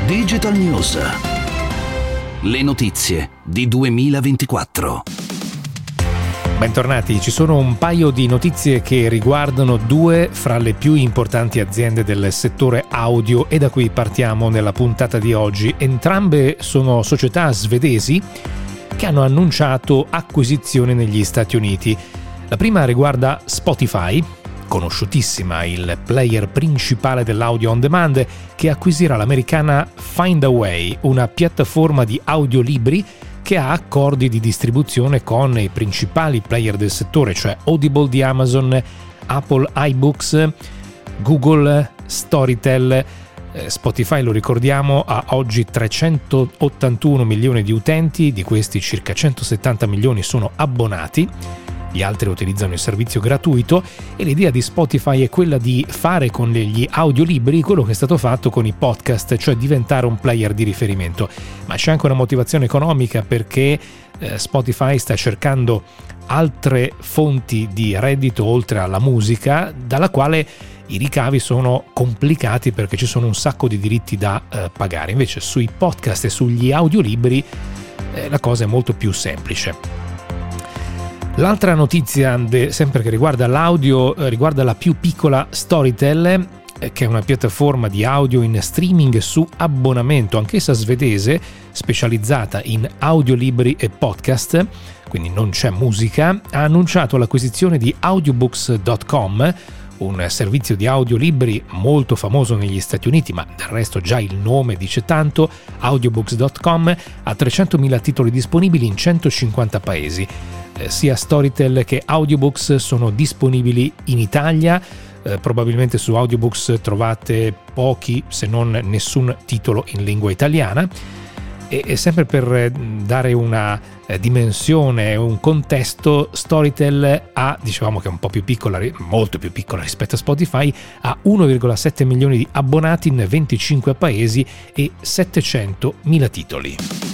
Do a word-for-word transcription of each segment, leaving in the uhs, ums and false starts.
Digital News. Le notizie di duemilaventiquattro. Bentornati, ci sono un paio di notizie che riguardano due fra le più importanti aziende del settore audio e da qui partiamo nella puntata di oggi. Entrambe sono società svedesi che hanno annunciato acquisizioni negli Stati Uniti. La prima riguarda Spotify, conosciutissima, il player principale dell'audio on demand, che acquisirà l'americana Findaway, una piattaforma di audiolibri che ha accordi di distribuzione con i principali player del settore, cioè Audible di Amazon, Apple iBooks, Google, Storytel. Spotify, lo ricordiamo, ha oggi trecentottantuno milioni di utenti, di questi circa centosettanta milioni sono abbonati, gli altri utilizzano il servizio gratuito e l'idea di Spotify è quella di fare con gli audiolibri quello che è stato fatto con i podcast, cioè diventare un player di riferimento. Ma c'è anche una motivazione economica, perché eh, Spotify sta cercando altre fonti di reddito oltre alla musica, dalla quale i ricavi sono complicati perché ci sono un sacco di diritti da eh, pagare. Invece sui podcast e sugli audiolibri eh, la cosa è molto più semplice. L'altra notizia, de, sempre che riguarda l'audio, eh, riguarda la più piccola Storytel, eh, che è una piattaforma di audio in streaming su abbonamento, anch'essa svedese, specializzata in audiolibri e podcast, quindi non c'è musica. Ha annunciato l'acquisizione di audiobooks punto com, un servizio di audiolibri molto famoso negli Stati Uniti, ma del resto già il nome dice tanto. Audiobooks punto com ha trecentomila titoli disponibili in centocinquanta paesi. Eh, sia Storytel che Audiobooks sono disponibili in Italia. Eh, probabilmente su Audiobooks trovate pochi, se non nessun titolo in lingua italiana. E, e sempre per dare una eh, dimensione, un contesto, Storytel ha, dicevamo che è un po' più piccola, molto più piccola rispetto a Spotify, ha uno virgola sette milioni di abbonati in venticinque paesi e settecentomila titoli.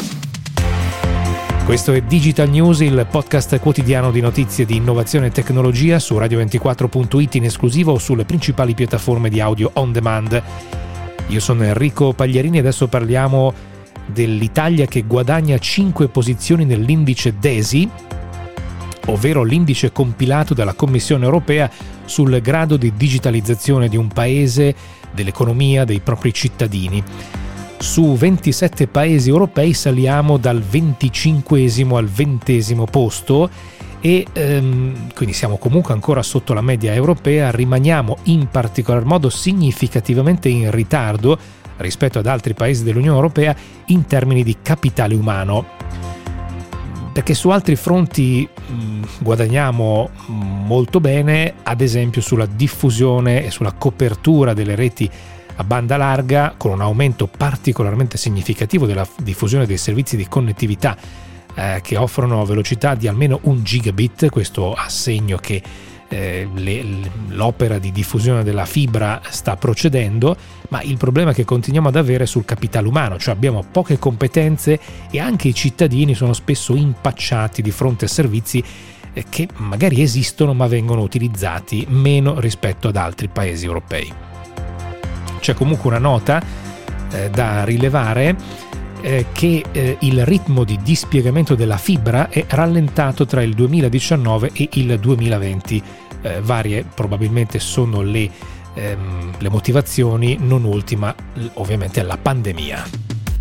Questo è Digital News, il podcast quotidiano di notizie di innovazione e tecnologia su radio ventiquattro punto it in esclusiva o sulle principali piattaforme di audio on demand. Io sono Enrico Pagliarini e adesso parliamo dell'Italia che guadagna cinque posizioni nell'indice DESI, ovvero l'indice compilato dalla Commissione europea sul grado di digitalizzazione di un paese, dell'economia, dei propri cittadini. Su ventisette paesi europei saliamo dal venticinquesimo al ventesimo posto e ehm, quindi siamo comunque ancora sotto la media europea. Rimaniamo in particolar modo significativamente in ritardo rispetto ad altri paesi dell'Unione Europea in termini di capitale umano, perché su altri fronti mh, guadagniamo molto bene, ad esempio sulla diffusione e sulla copertura delle reti a banda larga, con un aumento particolarmente significativo della diffusione dei servizi di connettività eh, che offrono velocità di almeno un gigabit. Questo a segno che eh, le, l'opera di diffusione della fibra sta procedendo, ma il problema che continuiamo ad avere è sul capitale umano, cioè abbiamo poche competenze e anche i cittadini sono spesso impacciati di fronte a servizi eh, che magari esistono ma vengono utilizzati meno rispetto ad altri paesi europei. C'è comunque una nota eh, da rilevare eh, che eh, il ritmo di dispiegamento della fibra è rallentato tra il duemiladiciannove e il duemilaventi. Eh, varie probabilmente sono le, ehm, le motivazioni, non ultima ovviamente la pandemia.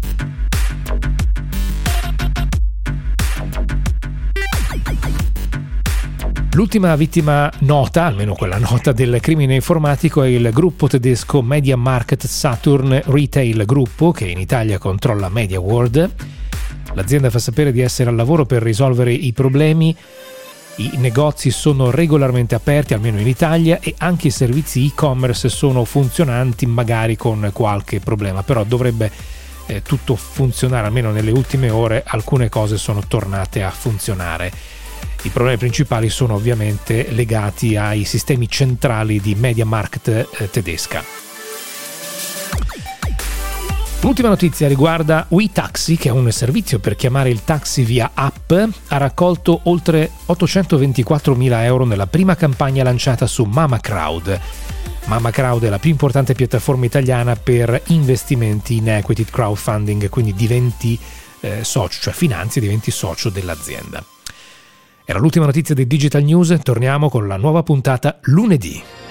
L'ultima vittima nota, almeno quella nota del crimine informatico, è il gruppo tedesco Media Market Saturn Retail Gruppo, che in Italia controlla MediaWorld. L'azienda fa sapere di essere al lavoro per risolvere i problemi. I negozi sono regolarmente aperti, almeno in Italia, e anche i servizi e-commerce sono funzionanti, magari con qualche problema, però dovrebbe eh, tutto funzionare, almeno nelle ultime ore alcune cose sono tornate a funzionare. I problemi principali sono ovviamente legati ai sistemi centrali di MediaMarkt eh, tedesca. L'ultima notizia riguarda WeTaxi, che è un servizio per chiamare il taxi via app. Ha raccolto oltre ottocentoventiquattromila euro nella prima campagna lanciata su Mama Crowd. Mamma Crowd è la più importante piattaforma italiana per investimenti in equity crowdfunding, quindi diventi eh, socio, cioè finanzi e diventi socio dell'azienda. Era l'ultima notizia di Digital News, torniamo con la nuova puntata lunedì.